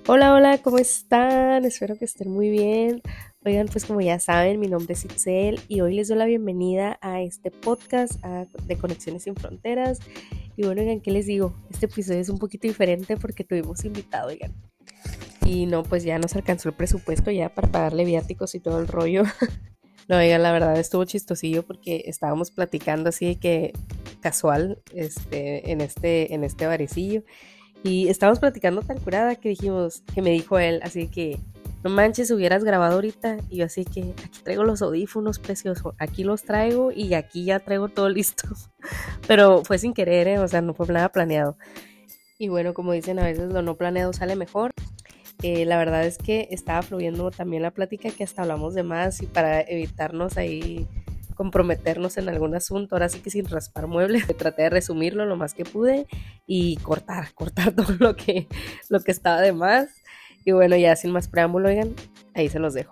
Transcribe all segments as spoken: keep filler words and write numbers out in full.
Hola, hola, ¿cómo están? Espero que estén muy bien. Oigan, pues como ya saben, mi nombre es Itzel y hoy les doy la bienvenida a este podcast a- de Conexiones sin Fronteras. Y bueno, oigan, ¿qué les digo? Este episodio es un poquito diferente porque tuvimos invitado, oigan. Y no, pues ya nos alcanzó el presupuesto ya para pagarle viáticos y todo el rollo. No, oigan, la verdad estuvo chistosillo porque estábamos platicando así de que casual, este, en este, en este barecillo. Y estábamos platicando tan curada que dijimos, que me dijo él, así que, no manches, hubieras grabado ahorita. Y yo así que, aquí traigo los audífonos, precioso, aquí los traigo y aquí ya traigo todo listo. Pero fue sin querer, ¿eh? O sea, no fue nada planeado. Y bueno, como dicen, a veces lo no planeado sale mejor. Eh, la verdad es que estaba fluyendo también la plática que hasta hablamos de más y para evitarnos ahí comprometernos en algún asunto, ahora sí que sin raspar muebles, traté de resumirlo lo más que pude y cortar, cortar todo lo que, lo que estaba de más. Y bueno, ya sin más preámbulo, oigan, ahí se los dejo.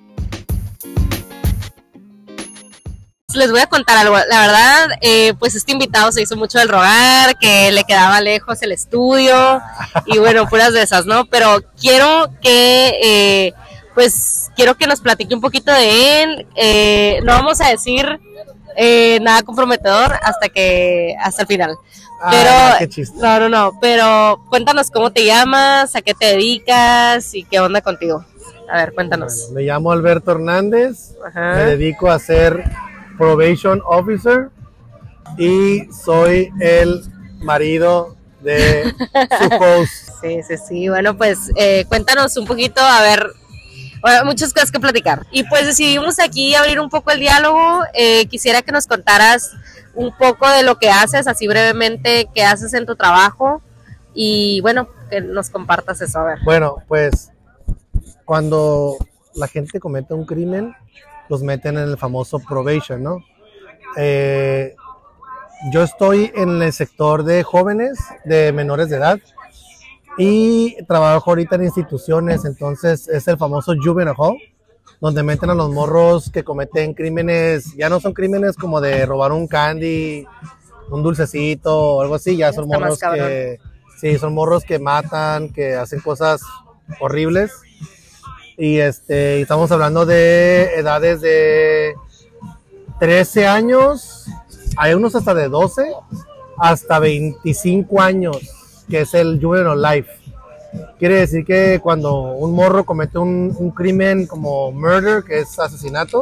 Les voy a contar algo, la verdad, eh, pues este invitado se hizo mucho del rogar, que le quedaba lejos el estudio y bueno, puras de esas, ¿no? Pero quiero que, eh, pues, quiero que nos platique un poquito de él, eh, no vamos a decir eh, nada comprometedor hasta que, hasta el final. Pero, ah, qué chiste. no, no, no, pero cuéntanos cómo te llamas, a qué te dedicas y qué onda contigo. A ver, cuéntanos. Bueno, me llamo Alberto Hernández, Ajá. me dedico a ser Probation Officer y soy el marido de su host. Sí, sí, sí. Bueno, pues eh, cuéntanos un poquito, a ver, bueno, muchas cosas que platicar. Y pues decidimos aquí abrir un poco el diálogo. Eh, quisiera que nos contaras un poco de lo que haces, así brevemente, qué haces en tu trabajo y bueno, que nos compartas eso, a ver. Bueno, pues cuando la gente comete un crimen, los meten en el famoso probation, ¿no? Eh, yo estoy en el sector de jóvenes, de menores de edad, y trabajo ahorita en instituciones, entonces es el famoso juvenile hall, donde meten a los morros que cometen crímenes, ya no son crímenes como de robar un candy, un dulcecito o algo así, ya son Está más morros cabrón. que, sí, son morros que matan, que hacen cosas horribles. Y este, estamos hablando de edades de trece años, hay unos hasta de doce, hasta veinticinco años, que es el juvenile life. Quiere decir que cuando un morro comete un, un crimen como murder, que es asesinato,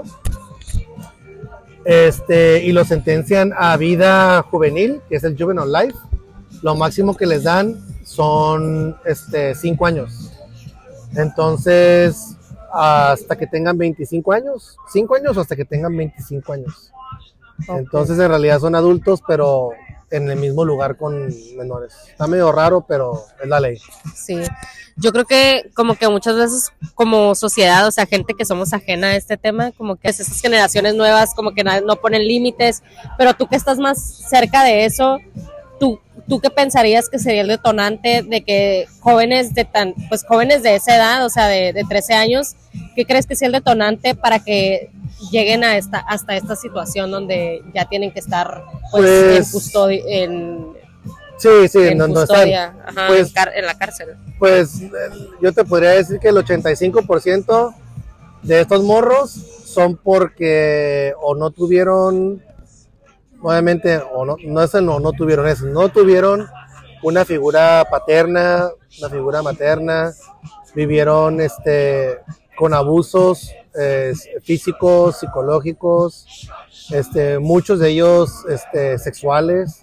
este, y lo sentencian a vida juvenil, que es el juvenile life, lo máximo que les dan son este, cinco años. Entonces, hasta que tengan veinticinco años, cinco años o hasta que tengan veinticinco años. Okay. Entonces, en realidad son adultos, pero en el mismo lugar con menores. Está medio raro, pero es la ley. Sí, yo creo que como que muchas veces como sociedad, o sea, gente que somos ajena a este tema, como que esas generaciones nuevas como que no ponen límites, pero tú que estás más cerca de eso, ¿tú, tú qué pensarías que sería el detonante de que jóvenes de tan, pues jóvenes de esa edad, o sea, de, de trece años, qué crees que sea el detonante para que lleguen a esta, hasta esta situación donde ya tienen que estar pues, pues en custodia, en, sí, sí, en no, custodia, no están, ajá, pues, en, car en la cárcel. Pues yo te podría decir que el ochenta y cinco por ciento de estos morros son porque o no tuvieron, obviamente, o no, no es el no, no tuvieron eso, no tuvieron una figura paterna, una figura materna, vivieron este con abusos eh, físicos, psicológicos, este, muchos de ellos este, sexuales,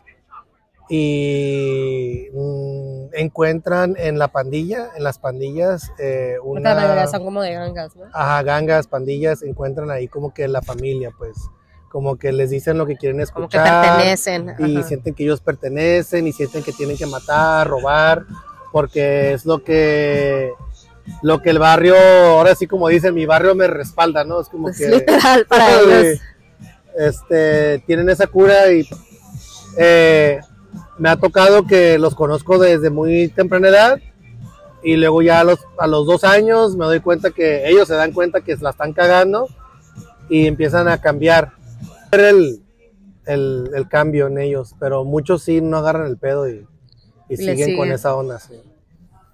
y mmm, encuentran en la pandilla, en las pandillas, eh, una... La mayoría son como de gangas, ¿no? Ajá, gangas, pandillas, encuentran ahí como que la familia, pues, como que les dicen lo que quieren escuchar. Como que pertenecen. Y ajá. sienten que ellos pertenecen y sienten que tienen que matar, robar, porque es lo que... lo que el barrio, ahora sí como dicen, mi barrio me respalda, ¿no? Es como pues que... literal, para ellos. Este, tienen esa cura y... Eh, me ha tocado que los conozco desde muy temprana edad y luego ya a los, a los dos años me doy cuenta que ellos se dan cuenta que se la están cagando y empiezan a cambiar. El, el, el cambio en ellos, pero muchos sí no agarran el pedo y, y siguen, siguen con esa onda. Sí.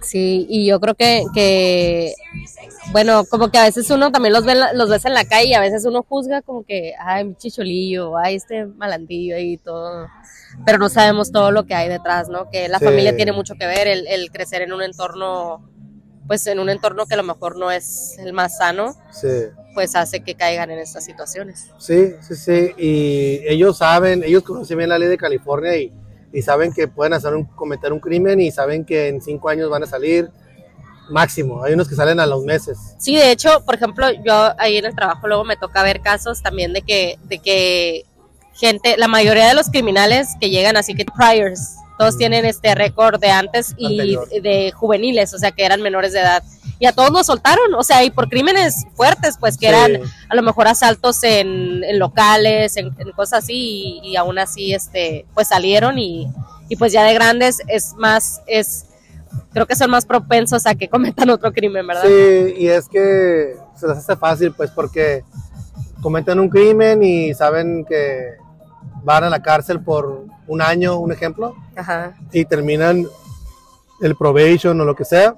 Sí, y yo creo que, que, bueno, como que a veces uno también los ve, los ves en la calle y a veces uno juzga como que, ay, mi chicholillo, ay, este malandillo y todo, pero no sabemos todo lo que hay detrás, ¿no? Que la Sí. familia tiene mucho que ver, el, el crecer en un entorno, pues en un entorno que a lo mejor no es el más sano, Sí. pues hace que caigan en estas situaciones. Sí, sí, sí, y ellos saben, ellos conocen bien la ley de California y, y saben que pueden hacer un, cometer un crimen y saben que en cinco años van a salir máximo, hay unos que salen a los meses. Sí, de hecho, por ejemplo, yo ahí en el trabajo luego me toca ver casos también de que, de que gente, la mayoría de los criminales que llegan así que priors, todos tienen este récord de antes y Anterior. de juveniles, o sea, que eran menores de edad. Y a todos nos soltaron, o sea, y por crímenes fuertes, pues que Sí. eran a lo mejor asaltos en, en locales, en, en cosas así, y, y aún así, este, pues salieron y, y pues ya de grandes es más, es, creo que son más propensos a que cometan otro crimen, ¿verdad? Sí, y es que se les hace fácil, pues, porque cometen un crimen y saben que van a la cárcel por un año, un ejemplo, Ajá. y terminan el probation o lo que sea,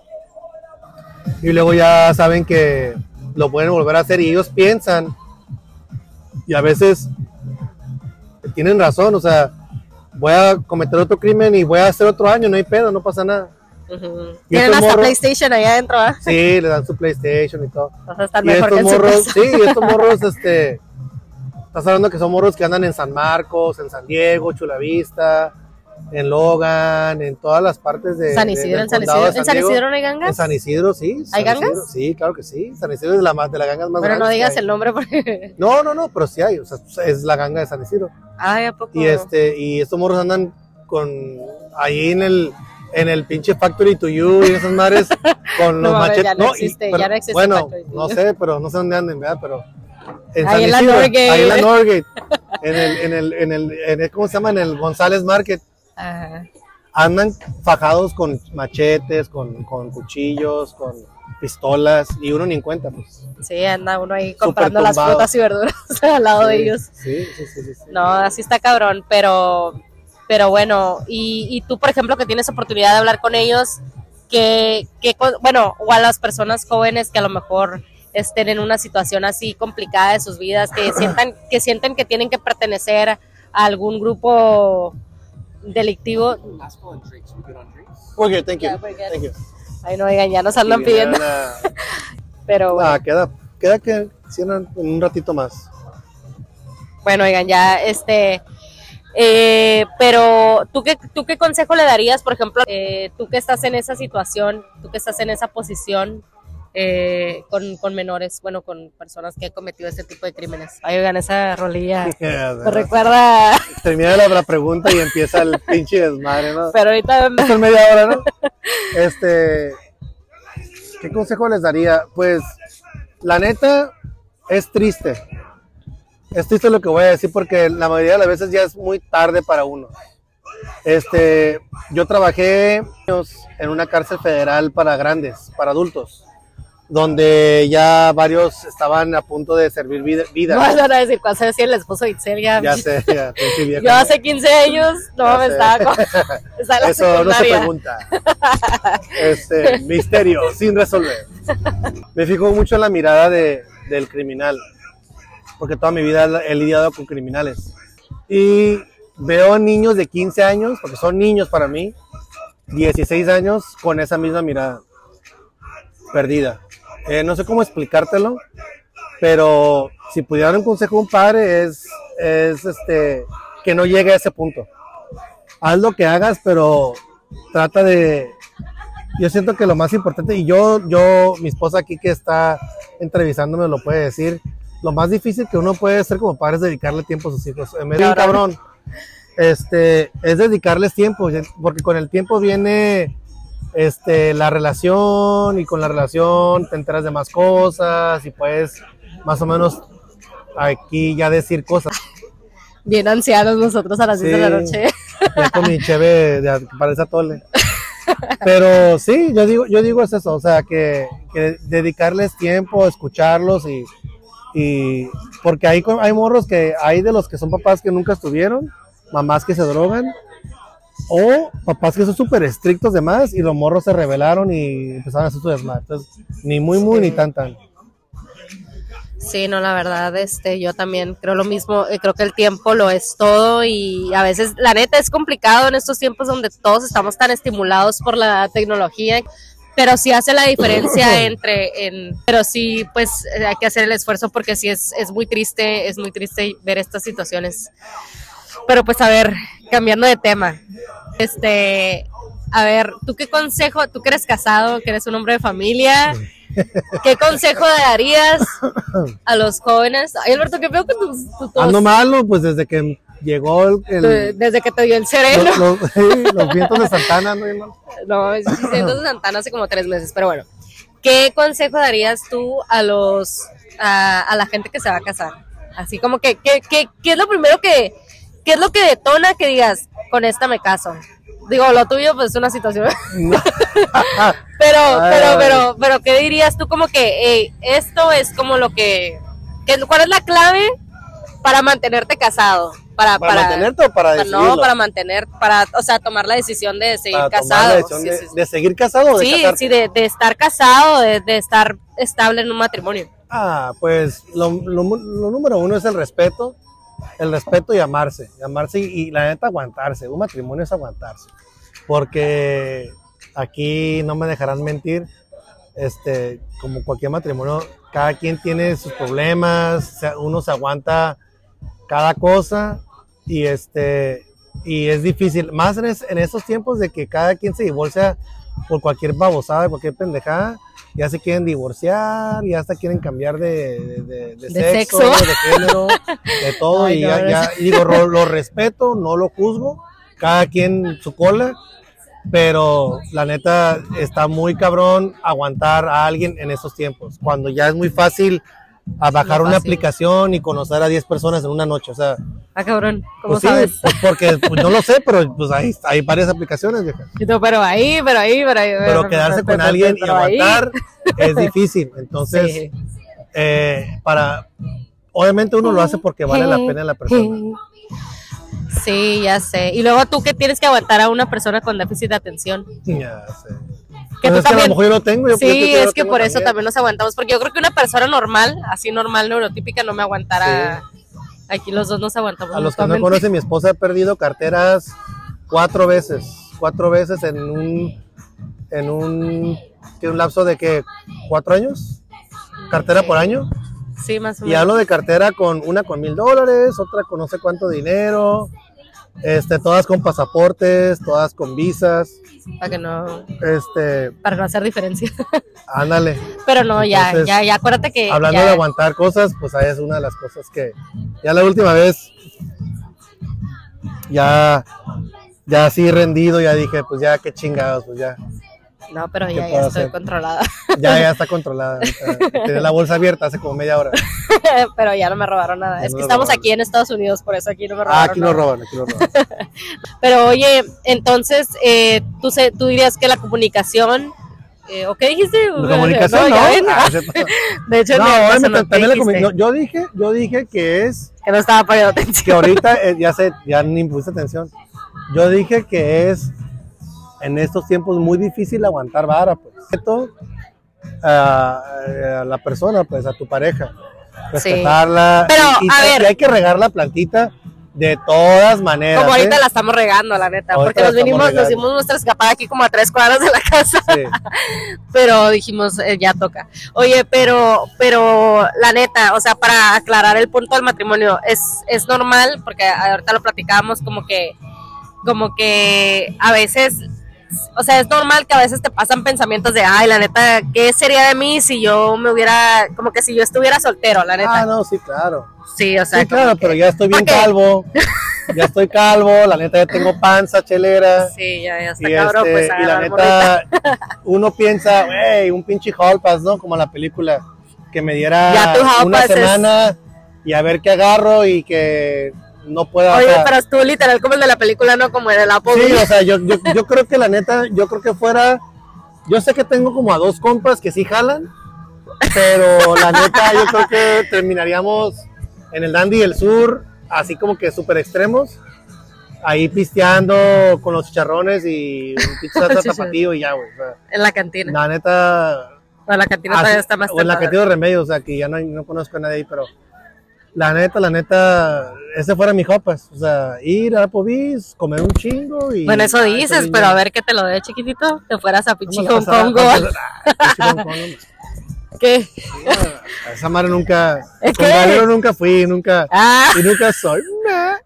y luego ya saben que lo pueden volver a hacer y ellos piensan, y a veces tienen razón, o sea, voy a cometer otro crimen y voy a hacer otro año, no hay pedo, no pasa nada. Uh-huh. Y Tienen estos hasta morros- PlayStation allá adentro, ¿ah? Sí, le dan su PlayStation y todo. O sea, están Y mejor que estos en su morros, casa. sí, y estos morros, este, estás hablando que son morros que andan en San Marcos, en San Diego, Chula Vista, en Logan, en todas las partes de San de- Isidro, del en San condado Isidro, de ¿en San Diego. Isidro no hay En gangas? San Isidro, sí. San ¿Hay gangas? Isidro, sí, claro que sí. San Isidro es la más de las gangas más Pero no grandes que digas hay. el nombre porque... No, no, no, pero sí hay, o sea, es la ganga de San Isidro. Ay, ¿a poco? Y este, y estos morros andan con ahí en el en el pinche Factory to You y esas madres con No los mames, machetes. ya no y- existe, pero- ya no existe Bueno, Factory to no You. sé, pero no sé dónde anden, ¿verdad? Pero en Ahí San en la Isidro, Norgate. ahí en la Norgate, en el, en el, en el, en el- ¿cómo se llama? En el González Market, Ajá. andan fajados con machetes, con, con cuchillos, con pistolas, y uno ni en cuenta, pues. Sí, anda uno ahí comprando las tumbado. frutas y verduras al lado de Sí, ellos. Sí, sí, sí, sí, sí. No, así está cabrón, pero, pero bueno, y, y tú, por ejemplo, que tienes oportunidad de hablar con ellos, que, que, co- bueno, o a las personas jóvenes que a lo mejor estén en una situación así complicada de sus vidas, que sientan, que sienten que tienen que pertenecer a algún grupo delictivo. We're good, thank you. Yeah, we're good. Thank you. Ay, no, oigan, ya nos andan Sí, pidiendo, nada. pero bueno. Ah, queda, queda que cierran en un ratito más. Bueno, oigan, ya, este, eh, pero ¿tú qué, ¿tú qué consejo le darías, por ejemplo, eh, tú que estás en esa situación, tú que estás en esa posición eh, con, con menores, bueno, con personas que han cometido este tipo de crímenes? Ay, oigan, esa rolilla me recuerda, Termina la, la pregunta y empieza el pinche desmadre, ¿no? pero ahorita Esto es media hora, ¿no? Este, ¿qué consejo les daría? Pues, la neta, es triste. Es triste lo que voy a decir porque la mayoría de las veces ya es muy tarde para uno. Este, yo trabajé en una cárcel federal para grandes, para adultos, donde ya varios estaban a punto de servir vida. vida. no van a decir cuál es el esposo de Itzel, ya, Ya sé, ya, pinche vieja. yo hace quince años, no, Ya me sé. estaba, con, estaba en la Eso no se secundaria. pregunta. Este, misterio sin resolver. Me fijo mucho en la mirada de, del criminal, porque toda mi vida he lidiado con criminales. Y veo niños de quince años, porque son niños para mí, dieciséis años, con esa misma mirada. Perdida. Eh, no sé cómo explicártelo, pero si pudiera dar un consejo a un padre es, es este, que no llegue a ese punto. Haz lo que hagas, pero trata de... Yo siento que lo más importante, y yo, yo, mi esposa aquí que está entrevistándome lo puede decir, lo más difícil que uno puede hacer como padre es dedicarle tiempo a sus hijos. Eh, Me Claro. cabrón. Este, es dedicarles tiempo, porque con el tiempo viene este, la relación, y con la relación te enteras de más cosas y puedes más o menos aquí ya decir cosas. Bien ancianos nosotros a las diez de la Sí. noche. Ya con mi cheve de, que parece atole. Pero sí, yo digo, yo digo es eso, o sea, que, que dedicarles tiempo, escucharlos y, y porque hay, hay morros que hay de los que son papás que nunca estuvieron, mamás que se drogan O papás que son súper estrictos de más y los morros se rebelaron y empezaron a hacer su desmadre. Entonces, ni muy, muy, sí. ni tan, tan. Sí, no, la verdad, este, yo también creo lo mismo, eh, creo que el tiempo lo es todo y a veces, la neta, es complicado en estos tiempos donde todos estamos tan estimulados por la tecnología, pero sí hace la diferencia entre, en, pero sí, pues, hay que hacer el esfuerzo porque sí es, es muy triste, es muy triste ver estas situaciones. Pero pues, a ver, cambiando de tema, este, a ver, ¿tú qué consejo, tú que eres casado, que eres un hombre de familia, qué consejo darías a los jóvenes? Ay, Alberto, ¿qué veo que tu, tu tos? Ando malo, pues desde que llegó el... el desde que te dio el sereno. Los, los, sí, los vientos de Santana, ¿no? No, los vientos de Santana hace como tres meses, pero bueno. ¿Qué consejo darías tú a los, a, a la gente que se va a casar? Así como que, ¿qué, qué, qué es lo primero que, qué es lo que detona que digas, con esta me caso? Digo, lo tuyo pues es una situación. No. pero, pero, pero, pero, ¿qué dirías tú como que hey, esto es como lo que, que, ¿cuál es la clave para mantenerte casado? Para, ¿Para, para mantenerte o para decidirlo? No, para mantener, para, o sea, tomar la decisión de seguir para casado. Tomar la decisión sí, de, sí, de seguir casado o de sí, casarte. Sí, de, de estar casado, de, de estar estable en un matrimonio. Ah, pues lo, lo, lo número uno es el respeto. El respeto y amarse, amarse y, y la neta aguantarse. Un matrimonio es aguantarse, porque aquí no me dejarán mentir, este, como cualquier matrimonio, cada quien tiene sus problemas, uno se aguanta cada cosa y este y es difícil, más en, es, en estos tiempos de que cada quien se divorcia por cualquier babosada, cualquier pendejada. Ya se quieren divorciar, ya hasta quieren cambiar de, de, de, de, de sexo, sexo, de género, de todo. Ay, y, no, ya, no. ya, y digo, lo, lo respeto, no lo juzgo, cada quien su cola, pero la neta está muy cabrón aguantar a alguien en esos tiempos, cuando ya es muy fácil a bajar una aplicación y conocer a diez personas en una noche, o sea. Ah, cabrón, ¿cómo pues sabes? Sí, pues porque pues no lo sé, pero pues hay, hay varias aplicaciones, vieja. No, pero ahí, pero ahí, pero ahí. Pero, pero quedarse pero, con pero, alguien pero, y aguantar ahí. Es difícil, entonces, sí. eh, para, obviamente uno lo hace porque vale la pena la persona. Sí, ya sé. Y luego tú que tienes que aguantar a una persona con déficit de atención. Ya sé. Que pues es también, que a lo mejor yo lo tengo. Yo sí, yo es que por también. eso también nos aguantamos, porque yo creo que una persona normal, así normal, neurotípica, no me aguantara. Sí. Aquí los dos nos aguantamos. A los que no conocen, mi esposa ha perdido carteras cuatro veces, cuatro veces en un, en un, ¿qué, un lapso de qué, cuatro años, cartera sí. por año. Sí, más o menos. Y hablo de cartera con una con mil dólares, otra con no sé cuánto dinero, este, todas con pasaportes, todas con visas. Para que no, este, para no hacer diferencia. Ándale. Pero no, Entonces, ya, ya, ya, acuérdate que. Hablando ya. de aguantar cosas, pues ahí es una de las cosas que ya la última vez, ya, ya así rendido, ya dije, pues ya qué chingados, pues ya. No, pero ya, ya estoy hacer? controlada. Ya, ya está controlada. Tenía la bolsa abierta hace como media hora. Pero ya no me robaron nada. No es que estamos robaron. Aquí en Estados Unidos, por eso aquí no me robaron. Ah, aquí nada. no roban, aquí no roban. Pero oye, entonces, eh, ¿tú, se, ¿tú dirías que la comunicación... Eh, ¿O qué dijiste? La comunicación no. no. Ah, de hecho, no, no, no, no también la comunicación. Yo dije, yo dije que es... Que no estaba poniendo atención. Que ahorita, eh, ya sé, ya ni puse atención. Yo dije que es... En estos tiempos muy difícil aguantar vara, pues. Esto, a, a la persona, pues, a tu pareja. Respetarla. Sí. Pero, y, y, a y ver. hay que regar la plantita de todas maneras. Como ahorita ¿eh? la estamos regando, la neta. Ahorita porque nos vinimos, nos dimos nuestra escapada aquí como a tres cuadras de la casa. Sí. Pero dijimos, eh, ya toca. Oye, pero, pero la neta, o sea, para aclarar el punto del matrimonio, es, es normal, porque ahorita lo platicábamos como que, como que a veces... O sea, es normal que a veces te pasan pensamientos de, ay, la neta, ¿qué sería de mí si yo me hubiera, como que si yo estuviera soltero, la neta? Ah, no, sí, claro. Sí, o sea. Sí, claro, que... pero ya estoy bien ¿Por qué? calvo, ya estoy calvo, la neta ya tengo panza chelera. Sí, ya, ya está y cabrón, este, pues. Y la neta, uno piensa, güey, un pinche hall pass, ¿no? Como la película, que me diera una semana es... y a ver qué agarro y que... no pueda. Oye, o sea, pero tú literal como el de la película, no como el de la Apple. Sí, o sea, yo, yo, yo creo que la neta, yo creo que fuera, yo sé que tengo como a dos compas que sí jalan, pero la neta yo creo que terminaríamos en el Dandy del Sur, así como que súper extremos, ahí pisteando con los chicharrones y un pinche salsa tapatío y ya, güey. O sea, en la cantina. La neta... No, la cantina todavía está más o en la cantina de Remedios, o sea, que ya no, no conozco a nadie ahí, pero la neta, la neta, ese fuera mi jopas, o sea, ir a Applebee's, comer un chingo y... Bueno, eso dices, pero a ver que te lo dé chiquitito, te fueras a Pichi Hong Kong. ¿Qué? A esa madre nunca, ¿Es con que? Valero nunca fui, nunca, Ah. y nunca soy. Nah.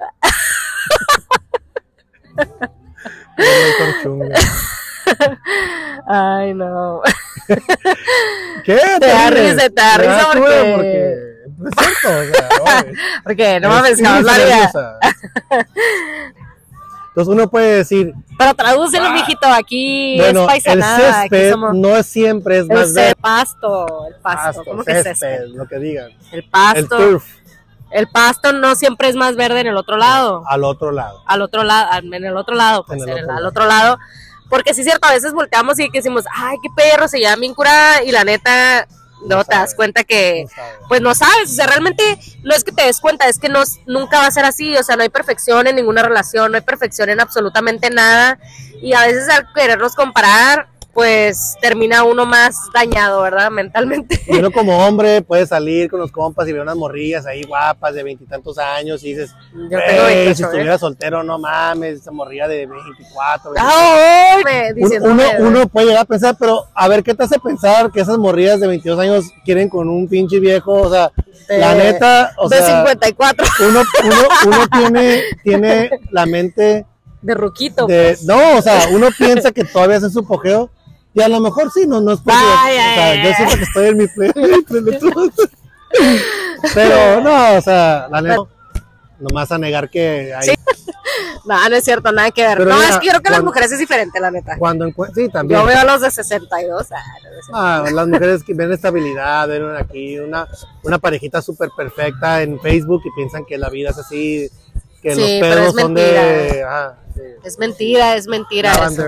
Ay, no. ¿Qué? Te da risa, te da risa porque... porque... Es cierto, o sea, no, porque no mames, es jamás lo haría. nerviosa. Entonces uno puede decir... Pero tradúcelo, ah, mijito, aquí bueno, es paisanada. El césped aquí somos... no siempre es el más verde. El pasto, el pasto, pasto ¿cómo césped, que césped? Lo que digan. El pasto. El turf. El pasto no siempre es más verde en el otro lado. Al otro lado. Al otro lado, en el otro lado, pues, el en otro el, lado. al otro lado. Porque sí es cierto, a veces volteamos y decimos, ay, qué perro, se llama bien curada, y la neta, no, no te das cuenta que, no pues no sabes, o sea, realmente no es que te des cuenta, es que no, nunca va a ser así, o sea, no hay perfección en ninguna relación, no hay perfección en absolutamente nada, y a veces al querernos comparar, pues termina uno más dañado, ¿verdad? Mentalmente. Y uno como hombre puede salir con los compas y ver unas morrillas ahí guapas de veintitantos años y dices, yo tengo veintiocho, si estuviera ¿eh? soltero, no mames, esa morrilla de veinticuatro. ¡Oh! Uno, uno, uno puede llegar a pensar, pero a ver, ¿qué te hace pensar que esas morrillas de veintidós años quieren con un pinche viejo? O sea, de, la neta, o de sea, cincuenta y cuatro. Uno, uno, uno tiene, tiene la mente... De ruquito. De, pues. No, o sea, uno piensa que todavía es en su apogeo. Y a lo mejor sí, no, no es porque, ay, o sea, ay, yo siento que estoy en mi plenitud. Pero no, o sea, la neta, nomás a negar que hay... Sí. No, no es cierto, nada que ver. Pero no, mira, es que yo creo que cuando, las mujeres es diferente, la neta. Cuando sí, también. Yo veo a los de sesenta y dos. Ah, ah, las mujeres que ven estabilidad, ven aquí una, una parejita súper perfecta en Facebook y piensan que la vida es así, que sí, los pedos son de... Ah, sí. Es mentira, es mentira eso.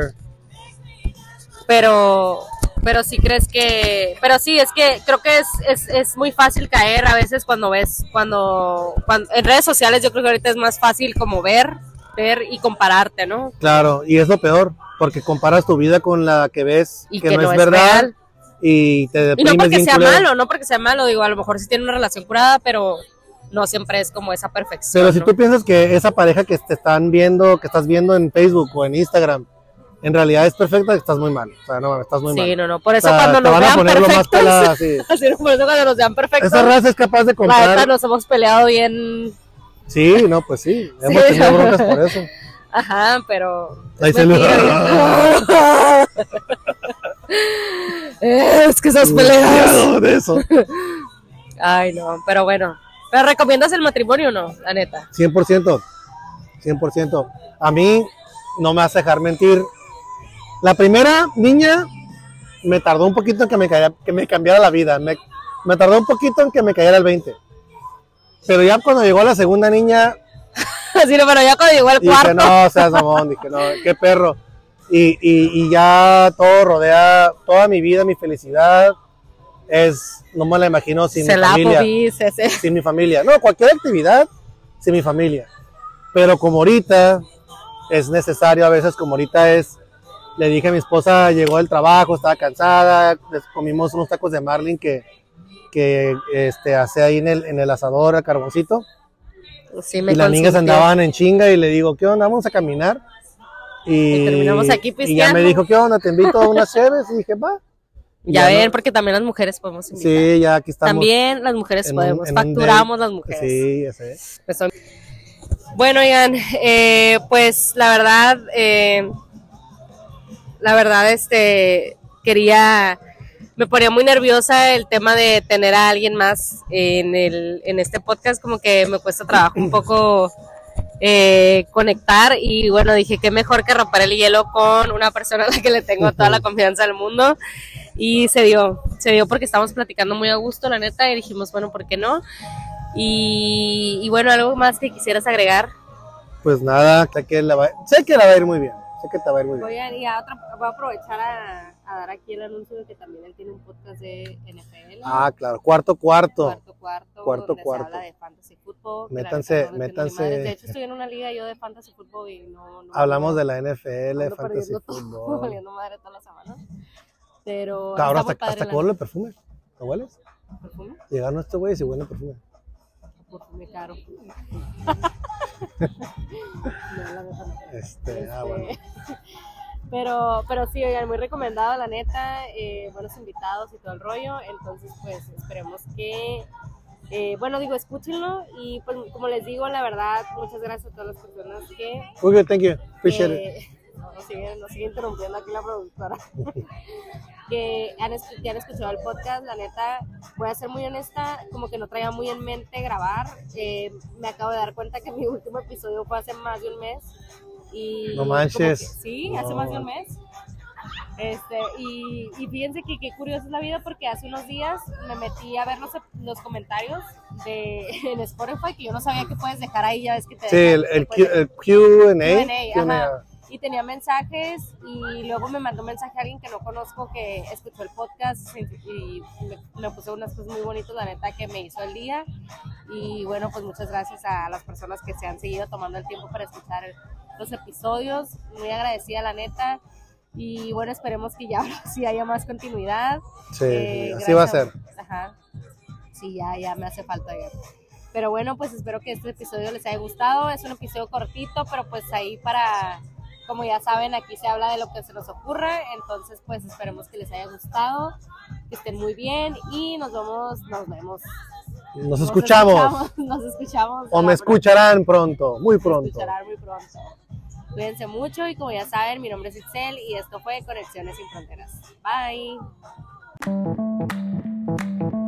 Pero, pero sí crees que, pero sí, es que creo que es, es, es muy fácil caer a veces cuando ves, cuando, cuando, en redes sociales yo creo que ahorita es más fácil como ver, ver y compararte, ¿no? Claro, y es lo peor, porque comparas tu vida con la que ves, y que, que no, no es es verdad, real. Y te deprimes. Y no porque bien sea culero. malo, no porque sea malo, digo, a lo mejor sí tiene una relación curada, pero no siempre es como esa perfección. Pero si ¿no? tú piensas que esa pareja que te están viendo, que estás viendo en Facebook o en Instagram, en realidad es perfecta, estás muy mal. O sea, no, estás muy sí, mal. Sí, no, no. Por eso o sea, cuando nos vean perfectos. Pelada, sí. Así, por eso cuando nos vean perfectos. Esa raza es capaz de comprar. La neta nos hemos peleado bien. Sí, no, pues sí. Hemos sí. tenido broncas por eso. Ajá, pero. Ahí se lo... Es que esas peleas. de eso. Ay, no, pero bueno. ¿Pero recomiendas el matrimonio o no? La neta. cien por ciento. cien por ciento. A mí no me vas a dejar mentir. La primera niña me tardó un poquito en que me, cayera, que me cambiara la vida. Me, me tardó un poquito en que me cayera el veinte. Pero ya cuando llegó la segunda niña... sí, no, pero ya cuando llegó el dije, cuarto... no, seas mamón, dije, no, qué perro. Y, y, y ya todo rodea, toda mi vida, mi felicidad, es, no me la imagino sin Se mi la familia. Povis, ese. Sin mi familia. No, cualquier actividad, sin mi familia. Pero como ahorita es necesario, a veces como ahorita es... Le dije a mi esposa, llegó del trabajo, estaba cansada, comimos unos tacos de marlin que, que este, hace ahí en el, en el asador a carboncito. Sí, me y las niñas andaban en chinga y le digo, ¿qué onda? Vamos a caminar. Y, y terminamos aquí pisteando. Y ya me dijo, ¿qué onda? Te invito a unas cheves. Y dije, va. Y ya, ya ven, no. porque también las mujeres podemos invitar. Sí, ya aquí estamos. También las mujeres podemos, un, facturamos las mujeres. Sí, ya sé. Pues son... Bueno, oigan, eh, pues la verdad... Eh, La verdad, este, quería, me ponía muy nerviosa el tema de tener a alguien más en el, en este podcast, como que me cuesta trabajo un poco eh, conectar y bueno, dije qué mejor que romper el hielo con una persona a la que le tengo toda la confianza del mundo y se dio, se dio porque estábamos platicando muy a gusto, la neta, y dijimos, bueno, ¿por qué no? Y, y bueno, algo más que quisieras agregar. Pues nada, sé que la va, sé que la va a ir muy bien. Sé que te va a ir muy bien. Oigan, y a otra, voy a aprovechar a, a dar aquí el anuncio de que también él tiene un podcast de N F L. Ah, claro, cuarto cuarto. Cuarto cuarto, Cuarto donde cuarto. se habla de fantasy football. que la Métanse, neta no entiendo ni métanse. madres. De hecho, estoy en una liga yo de fantasy football y no... no Hablamos no, de la N F L, ando fantasy perdiendo todo, fútbol. valiendo madre todas las semanas. Pero Cabrón, está muy hasta, padre hasta la que huele perfume. ¿Lo hueles? perfume. Llegaron estos güeyes y huelen perfume. Perfume caro. No, la neta no. Este, ah, Este, bueno. Pero, pero sí, oigan, muy recomendado, la neta, eh, buenos invitados y todo el rollo, entonces pues esperemos que, eh, bueno, digo, escúchenlo y pues como les digo, la verdad, muchas gracias a todas las personas que... Muy good, thank you. Appreciate it. eh, no, nos, sigue, nos sigue interrumpiendo aquí la productora. que, han, que han escuchado el podcast, la neta, voy a ser muy honesta, como que no traía muy en mente grabar, eh, me acabo de dar cuenta que mi último episodio fue hace más de un mes. Y No manches. Que, sí, no. hace más de un mes. Este, y, y fíjense que qué curiosa es la vida porque hace unos días me metí a ver los, los comentarios de, en Spotify, que yo no sabía que puedes dejar ahí, ya ves que te Sí, dejan, el, el, puedes Q, el Q and A. Q and A, Q and A. ajá. Y tenía mensajes y luego me mandó un mensaje a alguien que no conozco que escuchó el podcast y, y me, me puso unas cosas muy bonitas, la neta, que me hizo el día. Y bueno, pues muchas gracias a las personas que se han seguido tomando el tiempo para escuchar los episodios. Muy agradecida, la neta. Y bueno, esperemos que ya ahora sí haya más continuidad. Sí, Eh, así va a gracias- ser. Ajá. Sí, ya, ya me hace falta ya. Pero bueno, pues espero que este episodio les haya gustado. Es un episodio cortito, pero pues ahí para, como ya saben, aquí se habla de lo que se nos ocurra. Entonces, pues esperemos que les haya gustado, que estén muy bien y nos vemos, nos vemos. Nos escuchamos. escuchamos, Nos escuchamos. O a me la escucharán pronto, muy próxima. pronto. Escucharán muy pronto. Cuídense mucho y como ya saben, mi nombre es Itzel y esto fue Conexiones sin Fronteras. Bye.